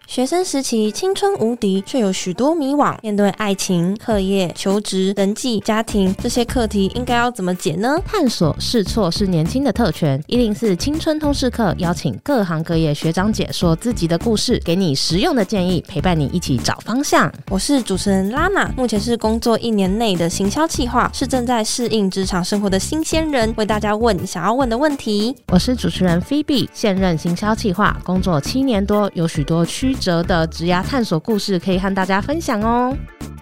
学生时期青春无敌，却有许多迷惘。面对爱情、课业、求职、人际、家庭这些课题，应该要怎么解呢？ 探索试错是年轻的特权。104青春通识课邀请各行各业学长姐说自己的故事，给你实用的建议，陪伴你一起找方向。 我是主持人拉娜，目前是工作1年内的行销企划，是正在适应职场生活的新鲜人，为大家问想要问的问题。 我是主持人 Phoebe， 现任行销企划，工作7年多，有许多曲折的职涯探索故事可以和大家分享哦。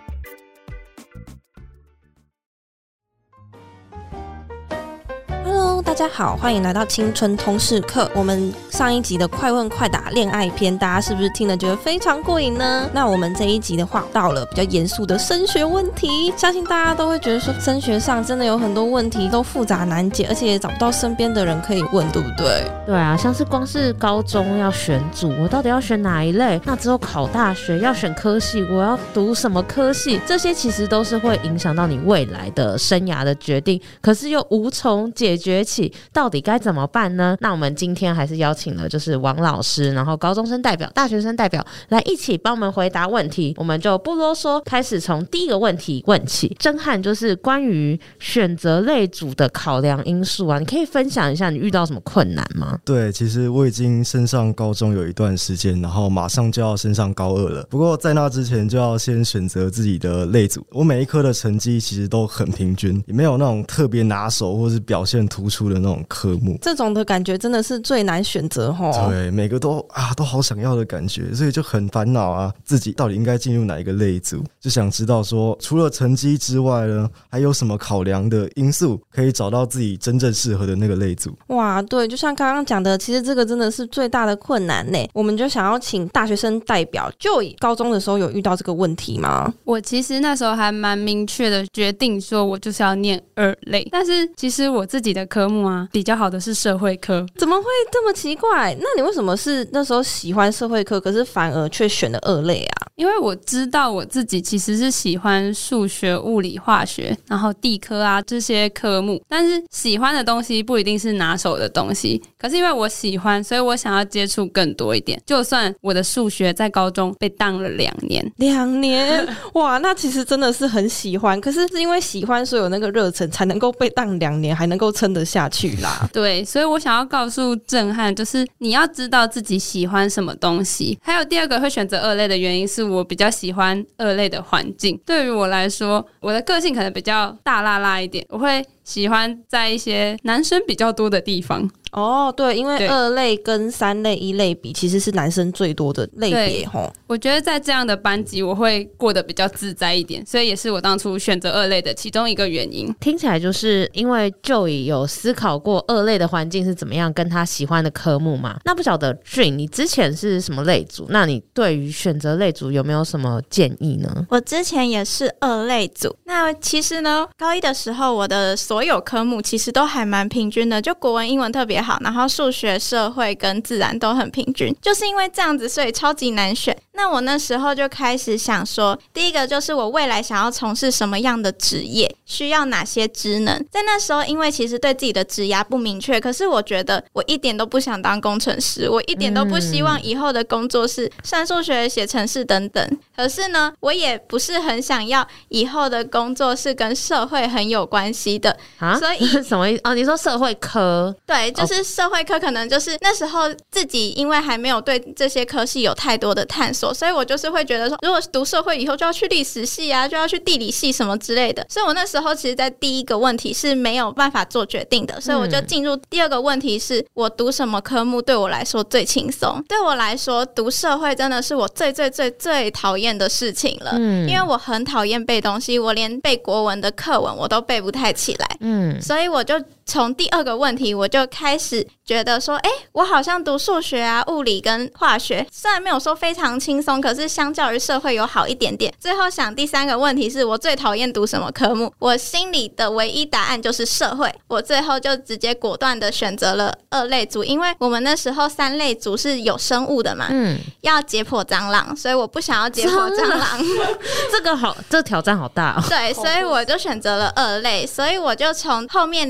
大家好，欢迎来到青春通识课。我们上一集的快问快答恋爱篇，大家是不是听了觉得非常过瘾呢？那我们这一集的话，到了比较严肃的升学问题，相信大家都会觉得说，升学上真的有很多问题都复杂难解，而且也找不到身边的人可以问，对不对？ 对啊，像是光是高中要选组，我到底要选哪一类？那之后考大学要选科系，我要读什么科系？这些其实都是会影响到你未来的生涯的决定，可是又无从解决起，到底该怎么办呢？那我们今天还是邀请了就是王老师，然后高中生代表、大学生代表来一起帮我们回答问题。我们就不啰嗦，开始从第一个问题问起。震撼就是关于选择类组的考量因素啊，你可以分享一下你遇到什么困难吗？ 对，其实我已经升上高中有一段时间，然后马上就要升上高2了。不过在那之前就要先选择自己的类组。我每一科的成绩其实都很平均，也没有那种特别拿手或是表现突出的那种科目。 这种的感觉真的是最难选择齁。 对，每个都好想要的感觉，所以就很烦恼啊，自己到底应该进入哪一个类组？就想知道说，除了成绩之外呢，还有什么考量的因素可以找到自己真正适合的那个类组？ 哇，对，就像刚刚讲的，其实这个真的是最大的困难呢。我们就想要请大学生代表，就高中的时候有遇到这个问题吗？ 我其实那时候还蛮明确的决定说，我就是要念2类，但是其实我自己的科目啊，比较好的是社会科。 怎么会这么奇怪？那你为什么是那时候喜欢社会科，可是反而却选了2类啊？ 因为我知道我自己其实是喜欢数学、物理、化学，然后地科啊这些科目，但是喜欢的东西不一定是拿手的东西。可是因为我喜欢，所以我想要接触更多一点。就算我的数学在高中被当了2年 ，2年，哇，那其实真的是很喜欢。可是是因为喜欢，所以有那个热忱，才能够被当2年，还能够撑得下去啦。 对，所以我想要告诉震撼，就是你要知道自己喜欢什么东西。还有第2个会选择2类的原因是我比较喜欢2类的环境。对于我来说，我的个性可能比较大辣辣一点，我会喜欢在一些男生比较多的地方。 哦，对，因为2类跟3类、1类比，其实是男生最多的类别齁。 我觉得在这样的班级，我会过得比较自在一点，所以也是我当初选择2类的其中一个原因。 听起来就是因为 Joey 有思考过2类的环境是怎么样，跟他喜欢的科目嘛。那不晓得 Jane 你之前是什么类组？那你对于选择类组有没有什么建议呢？ 我之前也是2类组。那其实呢，高1的时候，我的所有科目其实都还蛮平均的，就国文、英文特别好，然后数学、社会跟自然都很平均。就是因为这样子，所以超级难选。那我那时候就开始想说，第一个就是我未来想要从事什么样的职业，需要哪些职能。在那时候，因为其实对自己的职涯不明确，可是我觉得我一点都不想当工程师，我一点都不希望以后的工作是算数学、写程式等等。可是呢，我也不是很想要以后的工作是跟社会很有关系的。所以什么意思？哦，你说社会科？ 对，就是社会科，可能就是那时候自己因为还没有对这些科系有太多的探索，所以我就是会觉得说，如果读社会以后就要去历史系啊，就要去地理系什么之类的。所以我那时候其实在第一个问题是没有办法做决定的，所以我就进入第2个问题，是我读什么科目对我来说最轻松。对我来说，读社会真的是我最讨厌的事情了。因为我很讨厌背东西，我连背国文的课文我都背不太起来。所以我就从第2个问题，我就开始觉得说，我好像读数学啊、物理跟化学，虽然没有说非常轻松，可是相较于社会有好一点点。最后想第3个问题是我最讨厌读什么科目，我心里的唯一答案就是社会。我最后就直接果断的选择了2类组，因为我们那时候3类组是有生物的嘛，要解剖蟑螂，所以我不想要解剖蟑螂。 这挑战好大哦。 对，所以我就选择了2类，所以我就从后面2个问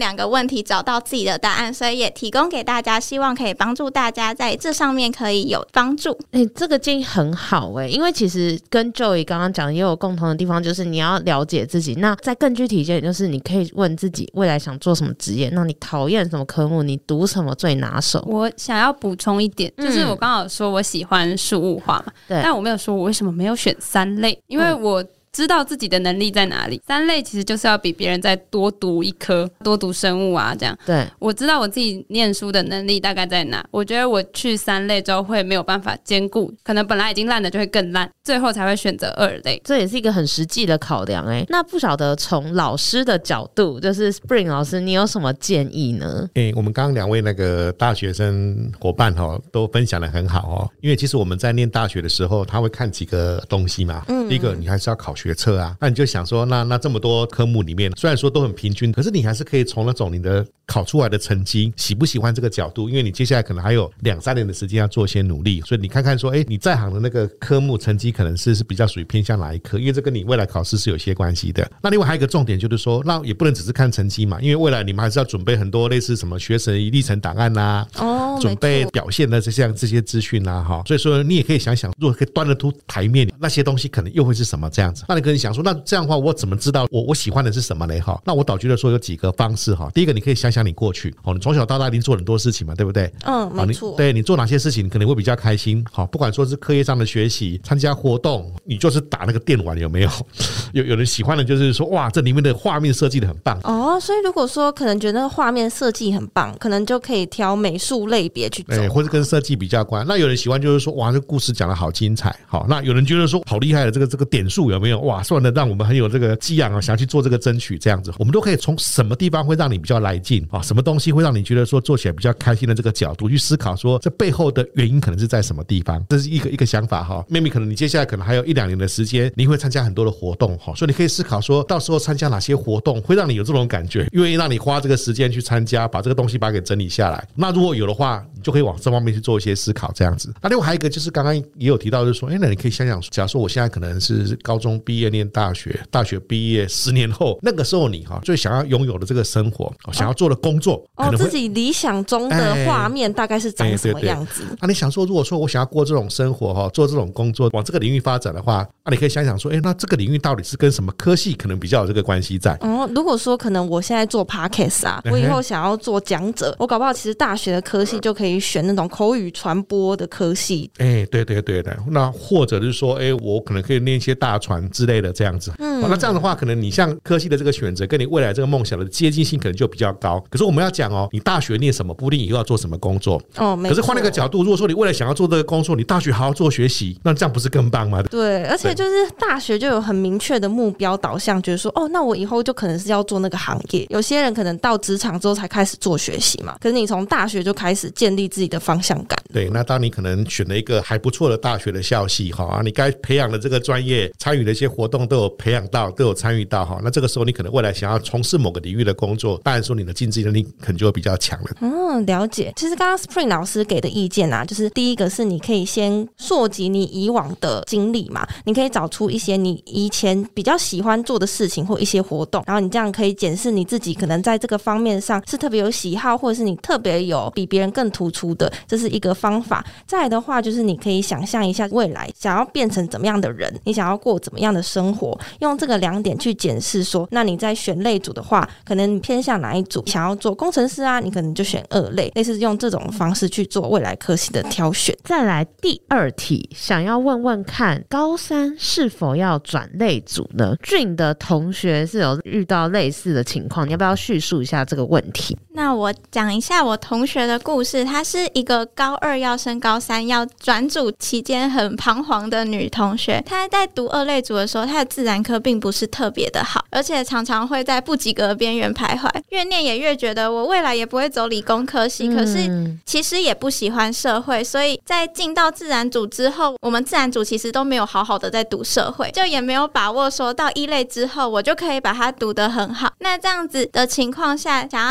问题找到自己的答案，所以也提供给大家，希望可以帮助大家在这上面可以有帮助。 这个建议很好因为其实跟 Joey 刚刚讲的也有共同的地方，就是你要了解自己。那再更具体一点，就是你可以问自己未来想做什么职业，那你讨厌什么科目，你读什么最拿手。 我想要补充一点，就是我刚好说我喜欢事物化嘛，但我没有说我为什么没有选3类，因为我知道自己的能力在哪里。3类其实就是要比别人再多读一科，多读生物啊，这样。对，我知道我自己念书的能力大概在哪。我觉得我去3类之后会没有办法兼顾，可能本来已经烂的就会更烂，最后才会选择2类。 这也是一个很实际的考量那不晓得从老师的角度，就是 Spring 老师，你有什么建议呢？ 我们刚刚2位那个大学生伙伴都分享得很好因为其实我们在念大学的时候，他会看几个东西嘛。第一个，你还是要考学测啊，那你就想说，那这么多科目里面，虽然说都很平均，可是你还是可以从那种你的考出来的成绩喜不喜欢这个角度，因为你接下来可能还有2-3年的时间要做一些努力，所以你看看说你在行的那个科目成绩可能是比较属于偏向哪一科，因为这跟你未来考试是有些关系的。那另外还有一个重点就是说，那也不能只是看成绩嘛，因为未来你们还是要准备很多类似什么学习历程档案啊，准备表现的这些资讯啊，所以说你也可以想想，如果可以端得出台面，那些东西可能又会是什么这样子。那你可能想说，那这样的话我怎么知道我喜欢的是什么呢？那我倒觉得说有几个方式。第一个，你可以想想你过去你从小到大一定做很多事情嘛，对不对？ 没错。 对，你做哪些事情可能会比较开心，不管说是课业上的学习，参加活动，你就是打那个电玩有没有？有人喜欢的就是说，哇，这里面的画面设计的很棒所以如果说可能觉得那个画面设计很棒，可能就可以挑美术类别去走， 或者跟设计比较关。那有人喜欢就是说，哇，这故事讲得好精彩，那有人觉得说好厉害的这个点数有没有？哇，算的让我们很有这个激昂想去做这个争取这样子。我们都可以从什么地方会让你比较来劲什么东西会让你觉得说做起来比较开心的这个角度去思考，说这背后的原因可能是在什么地方。这是一个想法maybe 可能你接下来可能还有1-2年的时间，你会参加很多的活动所以你可以思考说，到时候参加哪些活动会让你有这种感觉，愿意让你花这个时间去参加，把这个东西把它给整理下来。那如果有的话，你就可以往这方面去做一些思考这样子。那另外还有一个就是刚刚也有提到，就是说那你可以想想，假如说我现在可能是高中毕业念大学，大学毕业10年后，那个时候你最想要拥有的这个生活，想要做的工作自己理想中的画面大概是长什么样子。 那你想说，如果说我想要过这种生活做这种工作，往这个领域发展的话，你可以想想说，那这个领域到底是跟什么科系可能比较有这个关系在。 如果说可能我现在做 podcast 我以后想要做讲者，我搞不好其实大学的科系就可以选那种口语传播的科系。 对的。那或者是说我可能可以念一些大传之类的这样子。那这样的话，可能你像科系的这个选择跟你未来这个梦想的接近性可能就比较高。可是我们要讲你大学念什么不一定以后要做什么工作。可是换那个角度，如果说你未来想要做这个工作，你大学好好做学习，那这样不是更棒吗？ 对，而且就是大学就有很明确的目标导向，觉得说那我以后就可能是要做那个行业。有些人可能到职场之后才开始做学习嘛，可是你从大学就开始建立自己的方向感。 对，那当你可能选了一个还不错的大学的校系你该培养的这个专业，参与的一些活动都有培养到，都有参与到那这个时候你可能未来想要从事某个领域的工作，当然说你的竞争能力可能就会比较强了。 了解。其实刚刚 Spring 老师给的意见就是第一个是你可以先溯及你以往的经历嘛，你可以找出一些你以前比较喜欢做的事情或一些活动，然后你这样可以检视你自己可能在这个方面上是特别有喜好，或者是你特别有比别人更突出的，这是一个方法。再来的话就是你可以想象一下未来想要变成怎么样的人，你想要过怎么样的生活，用这个2点去检视说，那你在选类组的话，可能你偏向哪一组，想要做工程师你可能就选2类，类似用这种方式去做未来科系的挑选。 再来第2题，想要问问看高3是否要转类组呢？俊的同学是有遇到类似的情况，你要不要叙述一下这个问题？ 那我讲一下我同学的故事。她是一个高2要升高3要转组期间很彷徨的女同学。她在读2类组的时候，她的自然科并不是特别的好，而且常常会在不及格边缘徘徊，越念也越觉得我未来也不会走理工科系，可是其实也不喜欢社会，所以在进到自然组之后，我们自然组其实都没有好好的在读社会，就也没有把握说到1类之后我就可以把它读得很好。那这样子的情况下，想要请问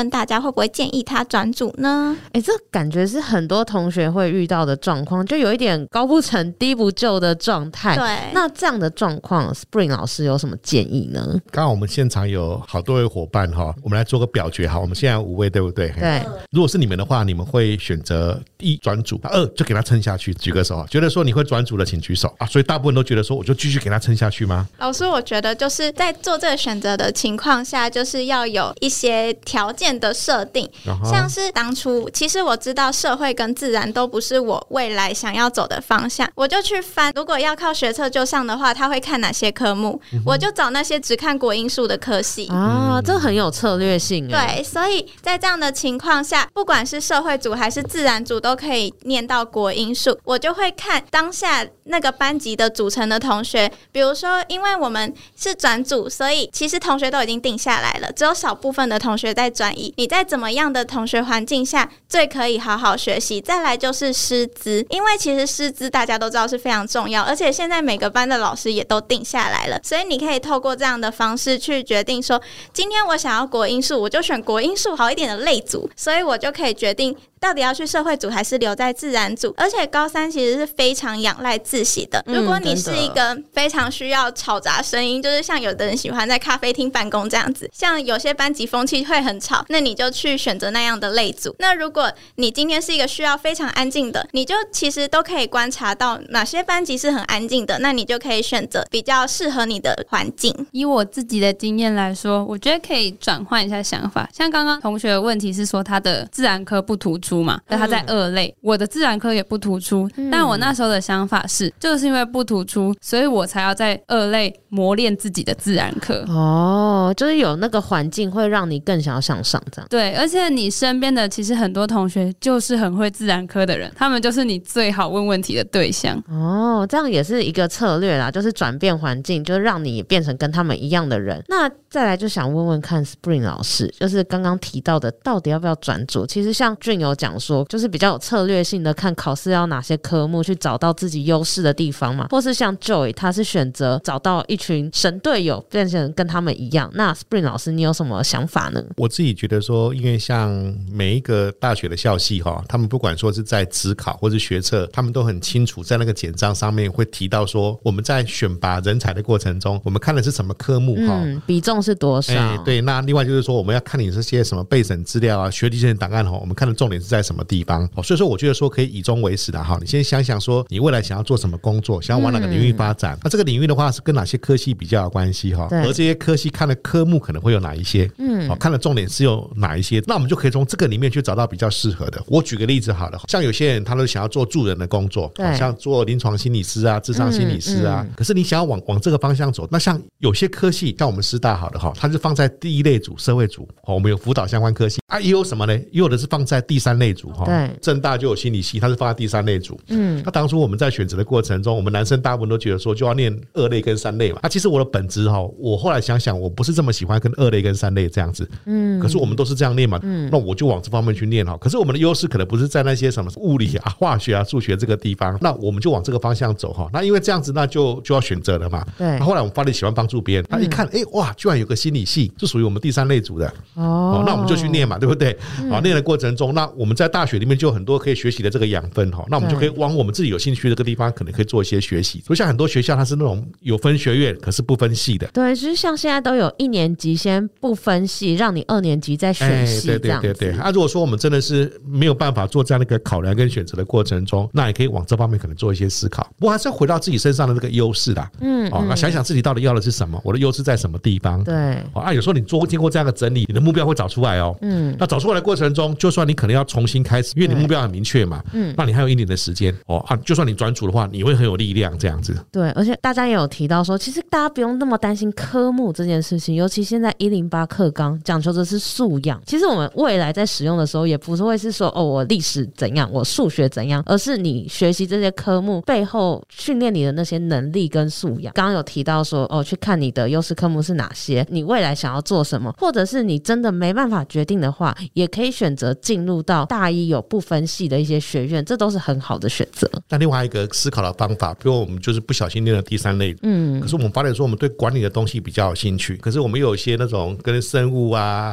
问大家会不会建议他转组呢？ 这感觉是很多同学会遇到的状况，就有一点高不成低不就的状态。 对， 那这样的状况 Spring 老师有什么建议呢？ 刚好我们现场有好多位伙伴我们来做个表决。好，我们现在有5位对不对？ 对， 如果是你们的话，你们会选择1转组，2就给他撑下去？举个手，觉得说你会转组的请举手啊。所以大部分都觉得说我就继续给他撑下去吗？ 老师，我觉得就是在做这个选择的情况下，就是要有一些条件的设定，像是当初其实我知道社会跟自然都不是我未来想要走的方向，我就去翻如果要靠学测就上的话，他会看哪些科目，我就找那些只看国英数的科系啊，这很有策略性。 对，所以在这样的情况下，不管是社会组还是自然组都可以念到国英数，我就会看当下那个班级的组成的同学，比如说因为我们是转组，所以其实同学都已经定下来了，只有少部分的同学在转移，你在怎么样的同学环境下最可以好好学习。再来就是师资，因为其实师资大家都知道是非常重要，而且现在每个班的老师也都定下来了，所以你可以透过这样的方式去决定说，今天我想要国英数，我就选国英数好一点的类组，所以我就可以决定到底要去社会组还是留在自然组。而且高三其实是非常仰赖自习的，如果你是一个非常需要吵杂声音，就是像有的人喜欢在咖啡厅办公这样子，像有些班级风气会很吵，那你就去选择那样的类组。那如果你今天是一个需要非常安静的，你就其实都可以观察到哪些班级是很安静的，那你就可以选择比较适合你的环境。 以我自己的经验来说，我觉得可以转换一下想法。像刚刚同学的问题是说他的自然科不突出嘛，但他在2类，我的自然科也不突出，但我那时候的想法是，就是因为不突出，所以我才要在2类磨练自己的自然科。 就是有那个环境会让你更想要向上这样。 对，而且你身边的其实很多同学就是很会自然科的人，他们就是你最好问问题的对象。 这样也是一个策略啦，就是转变环境，就是让你变成跟他们一样的人。那再来就想问问看 Spring 老师，就是刚刚提到的到底要不要转组，其实像俊有讲说就是比较有策略性的看考试要哪些科目，去找到自己优势的地方嘛，或是像 Joy 他是选择找到一群神队友变成跟他们一样。那 Spring 老师你有什么想法呢？ 我自己觉得说，因为像每一个大学的校系他们不管说是在指考或是学测，他们都很清楚在那个简章上面会提到说，我们在选拔人才的过程中，我们看的是什么科目比重是多少。 对，那另外就是说我们要看你这些什么备审资料啊、学历线档案我们看的重点是在什么地方。所以说我觉得说可以以终为始的你先想想说你未来想要做什么工作，想要往哪个领域发展，那这个领域的话是跟哪些科系比较有关系而这些科系看的科目可能会有哪一些看的重点是有哪一些，那我们就可以从这个里面去找到比较适合的。我举个例子好了，像有些人他都想要做助人的工作，像做临床心理师啊、諮商心理师啊，可是你想要往这个方向走，那像有些科系像我们师大好的它是放在第1类组社会组我们有辅导相关科系也有什么呢？也有的是放在第3类组政大就有心理系，它是放在第3类组。那当初我们在选择的过程中，我们男生大部分都觉得说就要念2类跟3类嘛。其实我的本质我后来想想，我不是这么喜欢跟2类跟3类这样子。可是我们都是这样念嘛，那我就往这方面去念可是我们的优势可能不是在那些什么物理啊、化学啊、数学这个地方，那我们就往这个方向走那因为这样子，那就要选择了嘛。对。后来我们发现喜欢帮助别人，一看哇，居然有个心理系是属于我们第3类组的那我们就去念嘛，对不对？念的过程中，那我们在大学里面就有很多可以学习的这个养分那我们就可以往我们自己有兴趣的这个地方可能可以做一些学习。所以像很多学校它是那种有分学院可是不分系的。 对，就是像现在都有1年级先不分系，让你2年级再选系这样子。 对。如果说我们真的是没有办法做这样的一个考量跟选择的过程中，那也可以往这方面可能做一些思考。不过还是要回到自己身上的这个优势啦。那想想自己到底要的是什么，我的优势在什么地方。 对。 有时候你经过这样的整理，你的目标会找出来那找出来的过程中，就算你可能要重新开始，因为你目标很明确嘛。那你还有1年的时间就算你转组的话，你会很有力量这样子。 对，而且大家也有提到说，其实大家不用那么担心科目这件事情，尤其现在108课纲讲求的是素养。其实我们未来在使用的时候，也不是会是说我历史怎样，我数学怎样，而是你学习这些科目背后训练你的那些能力跟素养。刚刚有提到说去看你的优势科目是哪些，你未来想要做什么，或者是你真的没办法决定的话，也可以选择进入到大一有不分系的一些学院，这都是很好的选择。 那另外一个思考的方法，比如我们就是不小心念了第3类可是我们发现说我们对管理的东西比较有兴趣，可是我们又有一些那种跟生物啊、医学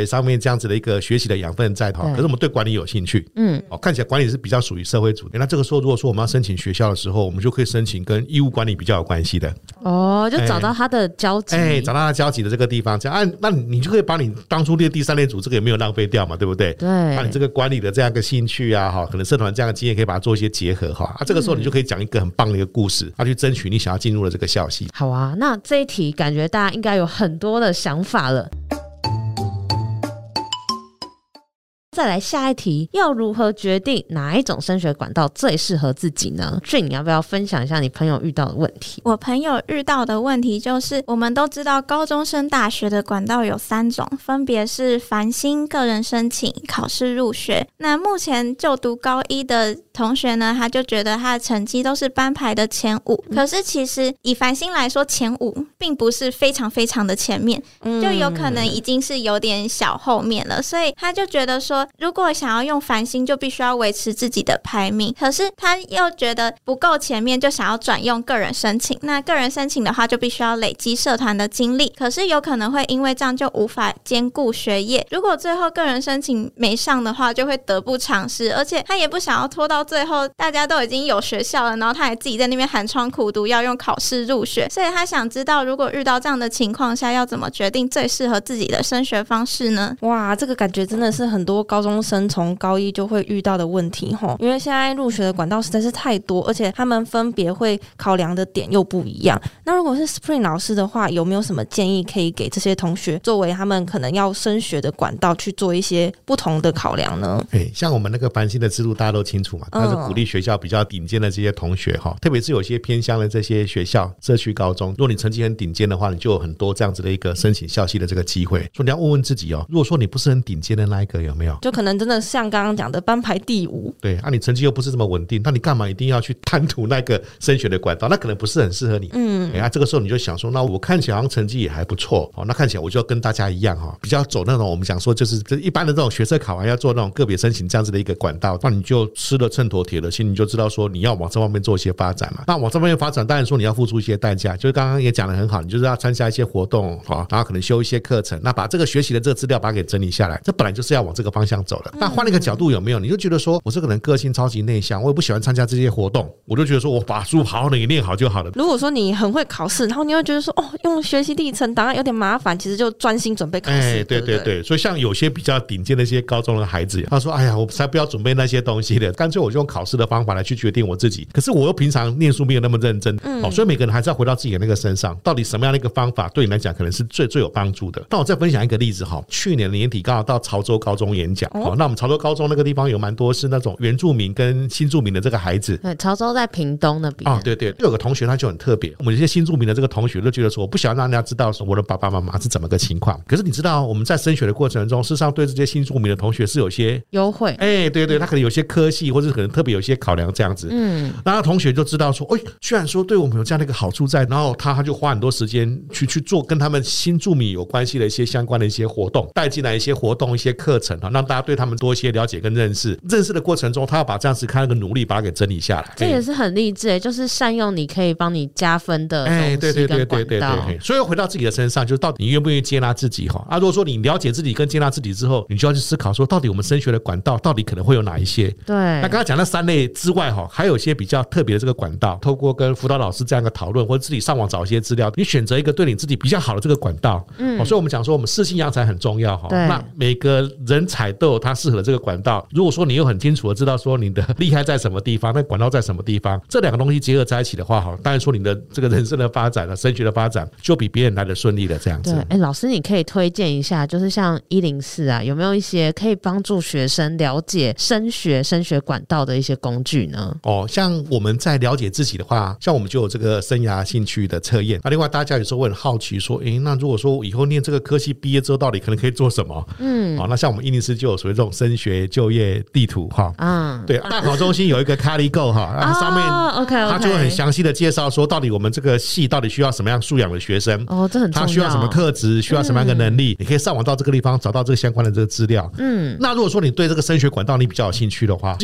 上面这样子的一个学习的养分在，可是我们对管理有兴趣，看起来管理是比较属于社会组的。那这个时候如果说我们要申请学校的时候，我们就可以申请跟义务管理比较有关系的。 就找到他的交集， 找到他交集的这个地方，这样那你就可以把你当初列第三类组这个也没有浪费掉嘛，对不对？ 对， 把你这个管理的这样一个兴趣啊，可能社团这样的经验可以把它做一些结合这个时候你就可以讲一个很棒的一个故事，去争取你想要进入的这个校系。 好啊，那这一题感觉大家应该有很多的想法了。再来下一题，要如何决定哪一种升学管道最适合自己呢？俊，你要不要分享一下你朋友遇到的问题？ 我朋友遇到的问题就是，我们都知道高中升大学的管道有3种，分别是繁星、个人申请、考试入学。那目前就读高一的同学呢，他就觉得他的成绩都是班排的前5，可是其实以繁星来说，前5并不是非常非常的前面，就有可能已经是有点小后面了，所以他就觉得说，如果想要用繁星，就必须要维持自己的排名，可是他又觉得不够前面，就想要转用个人申请。那个人申请的话，就必须要累积社团的经历，可是有可能会因为这样就无法兼顾学业。如果最后个人申请没上的话，就会得不偿失，而且他也不想要拖到最后大家都已经有学校了，然后他还自己在那边寒窗苦读要用考试入学，所以他想知道如果遇到这样的情况下，要怎么决定最适合自己的升学方式呢？ 哇，这个感觉真的是很多高中生从高一就会遇到的问题齁，因为现在入学的管道实在是太多，而且他们分别会考量的点又不一样。那如果是 Spring 老师的话，有没有什么建议可以给这些同学作为他们可能要升学的管道去做一些不同的考量呢？ 像我们那个繁星的制度大家都清楚嘛，它是鼓励学校比较顶尖的这些同学特别是有些偏乡的这些学校社区高中，如果你成绩很顶尖的话，你就有很多这样子的一个申请校系的这个机会。所以你要问问自己如果说你不是很顶尖的那一个，有没有就可能真的像刚刚讲的班排第5， 对你成绩又不是这么稳定，那你干嘛一定要去贪图那个升学的管道？那可能不是很适合你。这个时候你就想说，那我看起来好像成绩也还不错那看起来我就要跟大家一样比较走那种我们讲说就是一般的这种学测考完要做那种个别申请这样子的一个管道，那你就吃了秤砣铁了心，你就知道说你要往这方面做一些发展嘛。那往这方面发展，当然说你要付出一些代价，就是刚刚也讲得很好，你就是要参加一些活动然后可能修一些课程，那把这个学习的这个资料把它给整理下来，这本来就是要往这个方向走的。那换了一个角度有没有，你就觉得说我这个人个性超级内向，我也不喜欢参加这些活动，我就觉得说我把书好好的念好就好了。 如果说你很会考试，然后你会觉得说用学习历程档案有点麻烦，其实就专心准备考试。 对，所以像有些比较顶尖的一些高中的孩子，他说哎呀我才不要准备那些东西的，干脆我就用考试的方法来去决定我自己，可是我又平常念书没有那么认真所以每个人还是要回到自己的那个身上，到底什么样的一个方法对你来讲可能是最有帮助的。那我再分享一个例子去年年底刚好到潮州高中演讲那我们潮州高中那个地方有蛮多是那种原住民跟新住民的这个孩子。 对，潮州在屏东那边对，有个同学他就很特别，我们有些新住民的这个同学就觉得说我不想让人家知道说我的爸爸妈妈是怎么个情况，可是你知道我们在升学的过程中，事实上对这些新住民的同学是有些优惠对，他可能有些科系或者可能特别有些考量这样子然后同学就知道说居然说对我们有这样的一个好处在，然后他就花很多时间去做跟他们新住民有关系的一些相关的一些活动，带进来一些活动一些课程让大家对他们多一些了解跟认识的过程中，他要把这样子看那个努力把它给整理下来， 这也是很励志就是善用你可以帮你加分的东西跟管道。 所以回到自己的身上，就是到底你愿不愿意接纳自己如果说你了解自己跟接纳自己之后，你就要去思考说到底我们升学的管道到底可能会有哪一些。 对， 那刚刚讲那3类之外还有一些比较特别的这个管道，透过跟辅导老师这样的讨论或者自己上网找一些资料，你选择一个对你自己比较好的这个管道所以我们讲说我们适性扬才很重要那每个人才都有他适合的这个管道，如果说你又很清楚的知道说你的厉害在什么地方，那管道在什么地方，这2个东西结合在一起的话当然说你的这个人生的发展升学的发展就比别人来的顺利了这样子。 对，老师你可以推荐一下，就是像104有没有一些可以帮助学生了解升学管道的一些工具呢？ 像我们在了解自己的话，像我们就有这个生涯兴趣的测验另外大家有时候会很好奇说那如果说我以后念这个科系毕业之后到底可能可以做什么那像我们104就有属于这种升学就业地图对，大考中心有一个 CaliGo 上面他就会很详细的介绍说到底我们这个系到底需要什么样素养的学生这很重要， 他需要什么特质，需要什么样的能力你可以上网到这个地方找到这个相关的这个资料那如果说你对这个升学管道你比较有兴趣的话，就有一个网站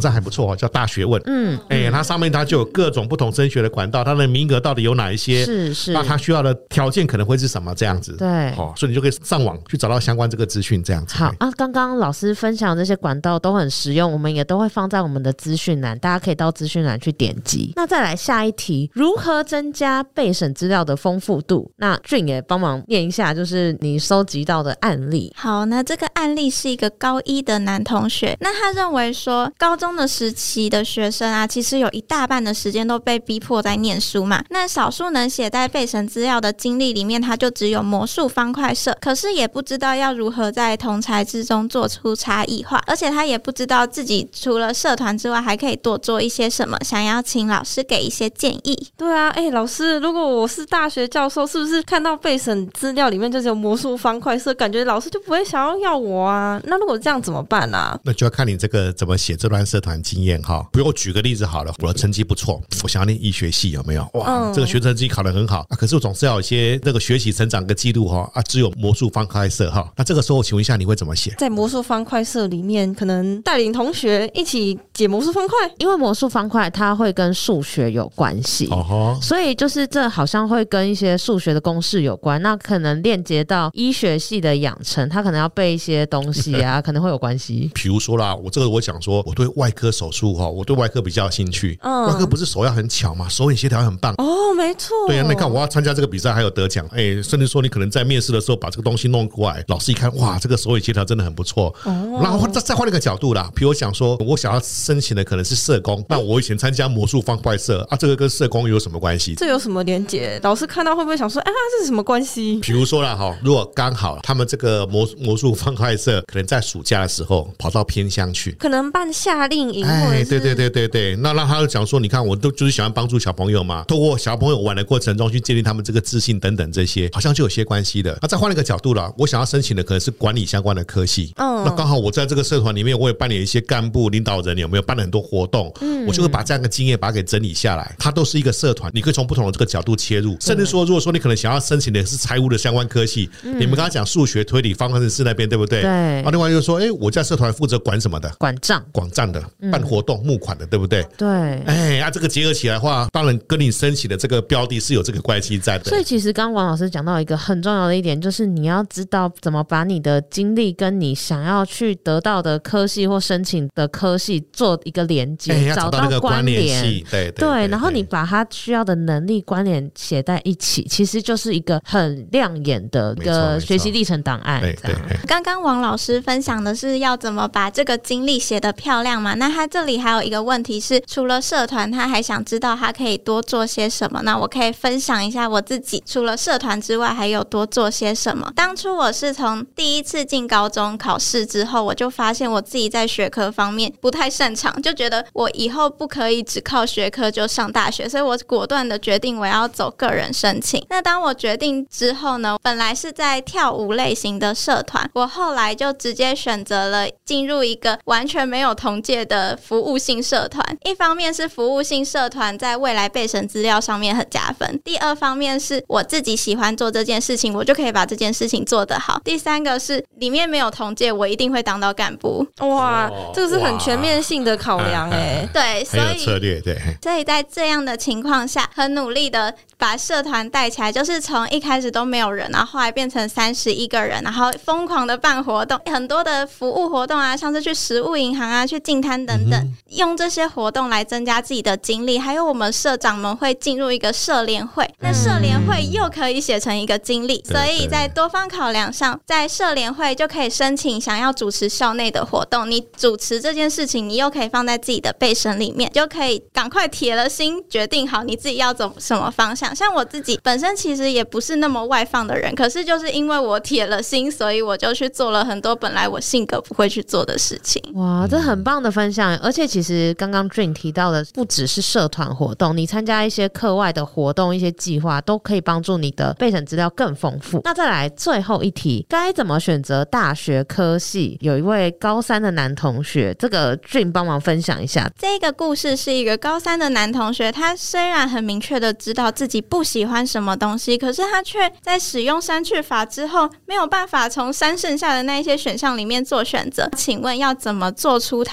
站还不错叫大学问，它上面它就有各种不同升学的管道，它的名额到底有哪一些， 是那它需要的条件可能会是什么这样子， 对， 所以你就可以上网去找到相关这个资讯这样子。 好啊，刚刚老师分享的这些管道都很实用，我们也都会放在我们的资讯栏，大家可以到资讯栏去点击。那再来下一题，如何增加备审资料的丰富度？那俊也帮忙念一下，就是你收集到的案例。 好，那这个案例是一个高一的男同学，那他认为说高中的时期的学生啊，其实有一大半的时间都被逼迫在念书嘛，那少数能写在备审资料的经历里面，他就只有魔术方块社，可是也不知道要如何在同侪之中做出差异化，而且他也不知道自己除了社团之外还可以多做一些什么，想要请老师给一些建议。 对啊，老师，如果我是大学教授，是不是看到备审资料里面就只有魔术方块社，感觉老师就不会想要我啊？那如果这样怎么办啊？ 那就要看你这个怎么写这段社团经验哈。比如我举个例子好了，我的成绩不错，我想要念医学系，有没有？哇，这个学成绩考得很好可是我总是要有一些这个学习成长的记录只有魔术方块社那这个时候请问一下你会怎么写？ 在魔术方块社里面，可能带领同学一起解魔术方块， 因为魔术方块它会跟数学有关系，所以就是这好像会跟一些数学的公式有关，那可能链接到医学系的养成，它可能要背一些东西啊可能会有关系。 比如说啦，我想说我对外科手术我对外科比较有兴趣，外科不是手要很巧吗？手眼协调很棒没错。 对啊，那你看我要参加这个比赛还有得奖，甚至说你可能在面试的时候把这个东西弄过来，老师一看哇这个手眼协调真的很不错然后再换一个角度啦，比如我想说我想要申请的可能是社工，那我以前参加魔术方块社这个跟社工有什么关系？ 这有什么连结？老师看到会不会想说这是什么关系？ 比如说啦如果刚好他们这个魔术方块社可能在暑假的时候跑到偏乡去， 可能办夏令营对，那让他就讲说你看我都就是喜欢帮助小朋友嘛，透过小朋友玩的过程中去建立他们这个自信等等这些，好像就有些关系的。那再换一个角度啦，我想要申请的可能是管理相关的科系那刚好我在这个社团里面我也扮演一些干部领导人，有没有办了很多活动我就会把这样的经验把它给整理下来，它都是一个社团，你可以从不同的这个角度切入，甚至说如果说你可能想要申请的是财务的相关科系你们刚刚讲数学推理方程式那边对不对？ 对另外就是说我在社团负责管什么的？管账的办活动募款的对不对？ 对这个结合起来的话当然跟你申请的这个标的是有这个关系在的。 所以其实刚刚王老师讲到一个很重要的一点，就是你要知道怎么把你的经历跟你想要去得到的科系或申请的科系做一个连接找到那个关联系对，然后你把它需要的能力关联写在一起，其实就是一个很亮眼的一个学习历程档案。 刚刚王老师分享的是要怎么把这个经历写得漂亮嘛，那他这里还有一个问题是，除了社团他还想知道他可以多做些什么，那我可以分享一下我自己除了社团之外还有多做些什么。当初我是从第一次进高中考试之后，我就发现我自己在学科方面不太擅长，就觉得我以后不可以只靠学科就上大学，所以我果断的决定我要走个人申请。那当我决定之后呢，本来是在跳舞类型的社团，我后来就直接选择了进入一个完全没有同届的服务性社团。一方面是服务性社团在未来备审资料上面很加分，第二方面是我自己喜欢做这件事情，我就可以把这件事情做得好，第三个是里面没有同届，我一定会当到干部。 哇，这个是很全面性的考量对，所以很有策略。对， 所以在这样的情况下很努力的把社团带起来，就是从一开始都没有人，然后后来变成31个人，然后疯狂的办活动，很多的服务活动啊，像是去食物银行啊，去净滩等等用这些活动来增加自己的经历。还有我们社长们会进入一个社联会，那社联会又可以写成一个经历，所以在多方考量上，在社联会就可以申请想要主持校内的活动，你主持这件事情你又可以放在自己的备审里面，就可以赶快铁了心决定好你自己要走什么方向。像我自己本身其实也不是那么外放的人，可是就是因为我铁了心，所以我就去做了很多本来我性格不会去做的事情。 哇，这很棒的分享。而且其实刚刚 Dream 提到的不只是社团活动，你参加一些课外的活动，一些计划都可以帮助你的备审资料更丰富。那再来最后一题，该怎么选择大学科系？有一位高3的男同学，这个 Dream 帮忙分享一下。 这个故事是一个高3的男同学，他虽然很明确的知道自己不喜欢什么东西，可是他却在使用删去法之后没有办法从删剩下的那一些选项里面做选择。请问要怎么做出他最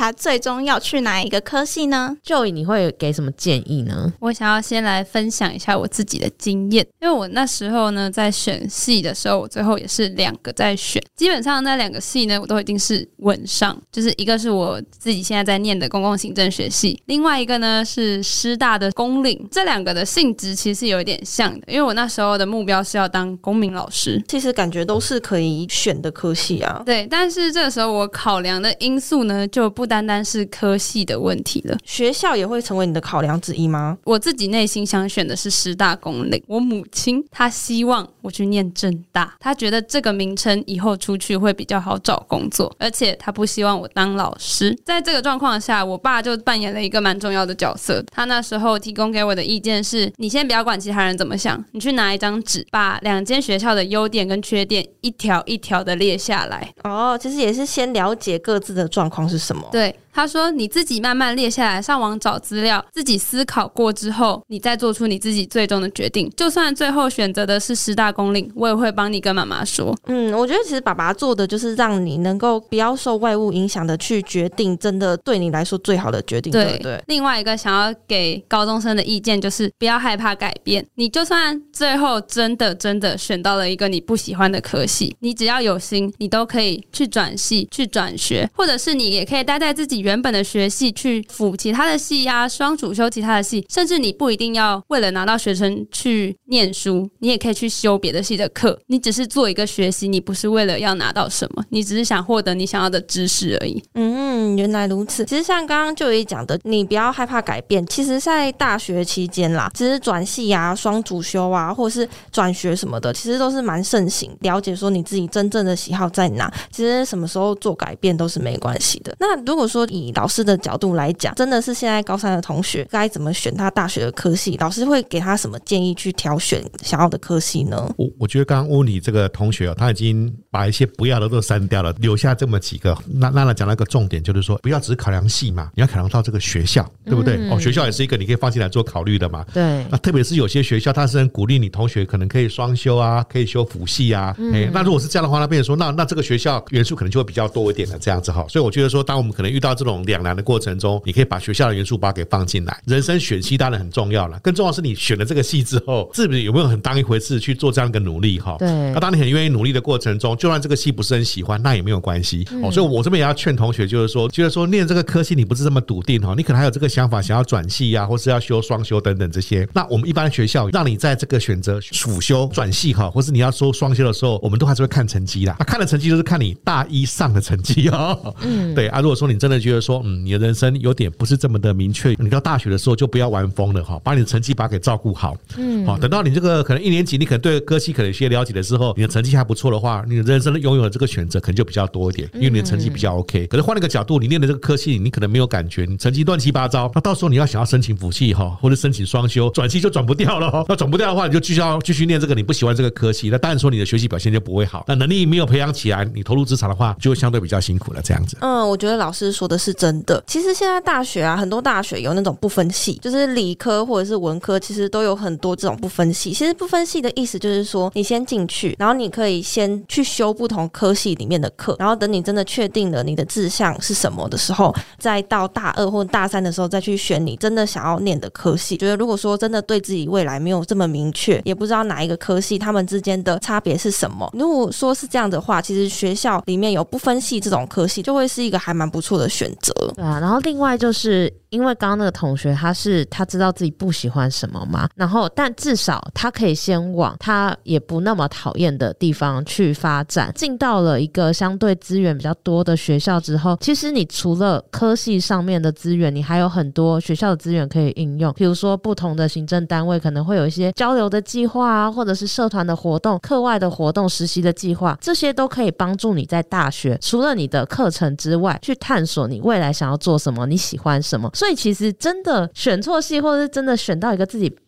中要去哪一个科系呢？ Joey 你会给什么建议呢？ 我想要先来分享一下我自己的经验，因为我那时候呢在选系的时候，我最后也是2个在选，基本上那2个系呢我都已经是稳上，就是一个是我自己现在在念的公共行政学系，另外一个呢是师大的公领，这2个的性质其实有一点像的，因为我那时候的目标是要当公民老师， 其实感觉都是可以选的科系啊。 对，但是这个时候我考量的因素呢就不单单是科系的问题了。 学校也会成为你的考量之一吗？ 我自己内心想选的是师大公领，我母亲她希望我去念政大，她觉得这个名称以后出去会比较好找工作，而且她不希望我当老师。在这个状况下，我爸就扮演了一个蛮重要的角色，他那时候提供给我的意见是，你先不要管其他人怎么想，你去拿一张纸，把2间学校的优点跟缺点一条一条的列下来。 哦，其实也是先了解各自的状况是什么。 对，他说你自己慢慢列下来，上网找资料，自己思考过之后，你再做出你自己最终的决定。就算最后选择的是师大公领，我也会帮你跟妈妈说。 我觉得其实爸爸做的就是让你能够不要受外物影响的去决定真的对你来说最好的决定，对不对？ 另外一个想要给高中生的意见就是不要害怕改变，你就算最后真的选到了一个你不喜欢的科系，你只要有心，你都可以去转系去转学，或者是你也可以待在自己原本的学系去辅其他的系啊，双主修其他的系，甚至你不一定要为了拿到学生去念书，你也可以去修别的系的课，你只是做一个学习，你不是为了要拿到什么，你只是想获得你想要的知识而已。 原来如此。其实像刚刚就有讲的，你不要害怕改变，其实在大学期间啦，其实转系啊、双主修啊，或是转学什么的，其实都是蛮盛行，了解说你自己真正的喜好在哪，其实什么时候做改变都是没关系的。那如果说以老师的角度来讲，真的是现在高3的同学该怎么选他大学的科系，老师会给他什么建议去挑选想要的科系呢？ 我觉得刚刚乌你这个同学他已经把一些不要的都删掉了，留下这么几个。那讲到一个重点，就是说不要只是考量系嘛，你要考量到这个学校，对不对？学校也是一个你可以放进来做考虑的嘛。 对。 那特别是有些学校，他是很鼓励你同学可能可以双修啊，可以修辅系啊。那如果是这样的话，那变成说那这个学校元素可能就会比较多一点的这样子哈。所以我觉得说，当我们可能遇到这种两难的过程中，你可以把学校的元素把它给放进来。人生选系当然很重要了，更重要的是你选了这个系之后，自己有没有很当一回事去做这样一个努力哈。 对。 那当你很愿意努力的过程中，就算这个系不是很喜欢，那也没有关系。所以我这边也要劝同学，就是说，觉得说念这个科系你不是这么笃定哈，你可能还有这个想法，想要转系啊，或是要修双修等等这些。那我们一般学校让你在这个选择辅修、转系哈，或是你要说双修的时候，我们都还是会看成绩啦。那看的成绩就是看你大一上的成绩哦。对啊，如果说你真的觉得说，你的人生有点不是这么的明确，你到大学的时候就不要玩疯了哈，把你的成绩把它给照顾好。好，等到你这个可能1年级，你可能对科系可能有些了解的时候，你的成绩还不错的话，你的人生拥有的这个选择可能就比较多一点，因为你的成绩比较 OK。可是换了一个角度，你念的这个科系，你可能没有感觉，你成绩乱七八糟，那到时候你要想要申请辅系哈，或者申请双修，转系就转不掉了。那转不掉的话，你就继续念这个你不喜欢这个科系，那当然说你的学习表现就不会好，那能力没有培养起来，你投入职场的话，就会相对比较辛苦了这样子。 我觉得老师说的是真的。其实现在大学啊，很多大学有那种不分系，就是理科或者是文科，其实都有很多这种不分系。其实不分系的意思就是说，你先进去，然后你可以先去修不同科系里面的课，然后等你真的确定了你的志向是什么的时候，再到大2或大3的时候再去选你真的想要念的科系。觉得如果说真的对自己未来没有这么明确，也不知道哪一个科系他们之间的差别是什么，如果说是这样的话，其实学校里面有不分系这种科系就会是一个还蛮不错的选择。 对啊，然后另外就是因为刚刚那个同学他知道自己不喜欢什么嘛，然后但至少他可以先往他也不那么讨厌的地方去发展，进到了一个相对资源比较多的学校之后，其实你除了科系上面的资源，你还有很多学校的资源可以应用，比如说不同的行政单位可能会有一些交流的计划啊，或者是社团的活动、课外的活动、实习的计划，这些都可以帮助你在大学除了你的课程之外，去探索你未来想要做什么，你喜欢什么。所以其实真的选错系，或者是真的选到一个自己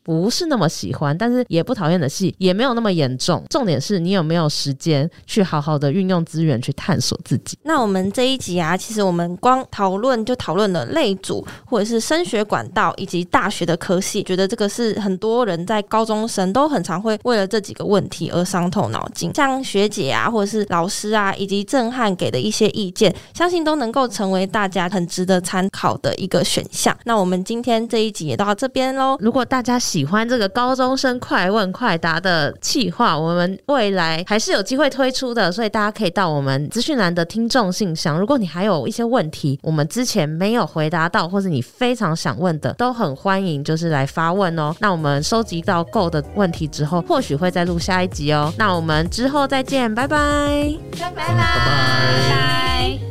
不是那么喜欢但是也不讨厌的系也没有那么严重，重点是你有没有时间去好好的运用资源去探索自己。 那我们这一集啊，其实我们光讨论就讨论了类组或者是升学管道以及大学的科系，觉得这个是很多人在高中生都很常会为了这几个问题而伤透脑筋。像学姐啊或者是老师啊以及震撼给的一些意见，相信都能够成为大家很值得参考的一个选项。那我们今天这一集也到这边咯。 如果大家喜欢这个高中生快问快答的企划，我们未来还是有机会推出的，所以大家可以到我们资讯栏的听众信箱，如果你还有一些问题我们之前没有回答到或是你非常想问的，都很欢迎就是来发问哦。那我们收集到够的问题之后，或许会再录下一集哦。那我们之后再见，拜拜， 拜拜拜拜。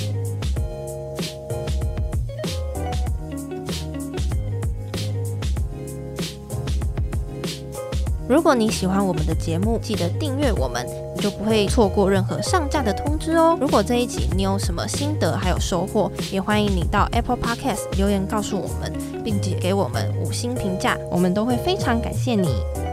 如果你喜欢我们的节目，记得订阅我们，你就不会错过任何上架的通知哦。如果这一集你有什么心得还有收获，也欢迎你到 Apple Podcast 留言告诉我们，并且给我们5星评价，我们都会非常感谢你。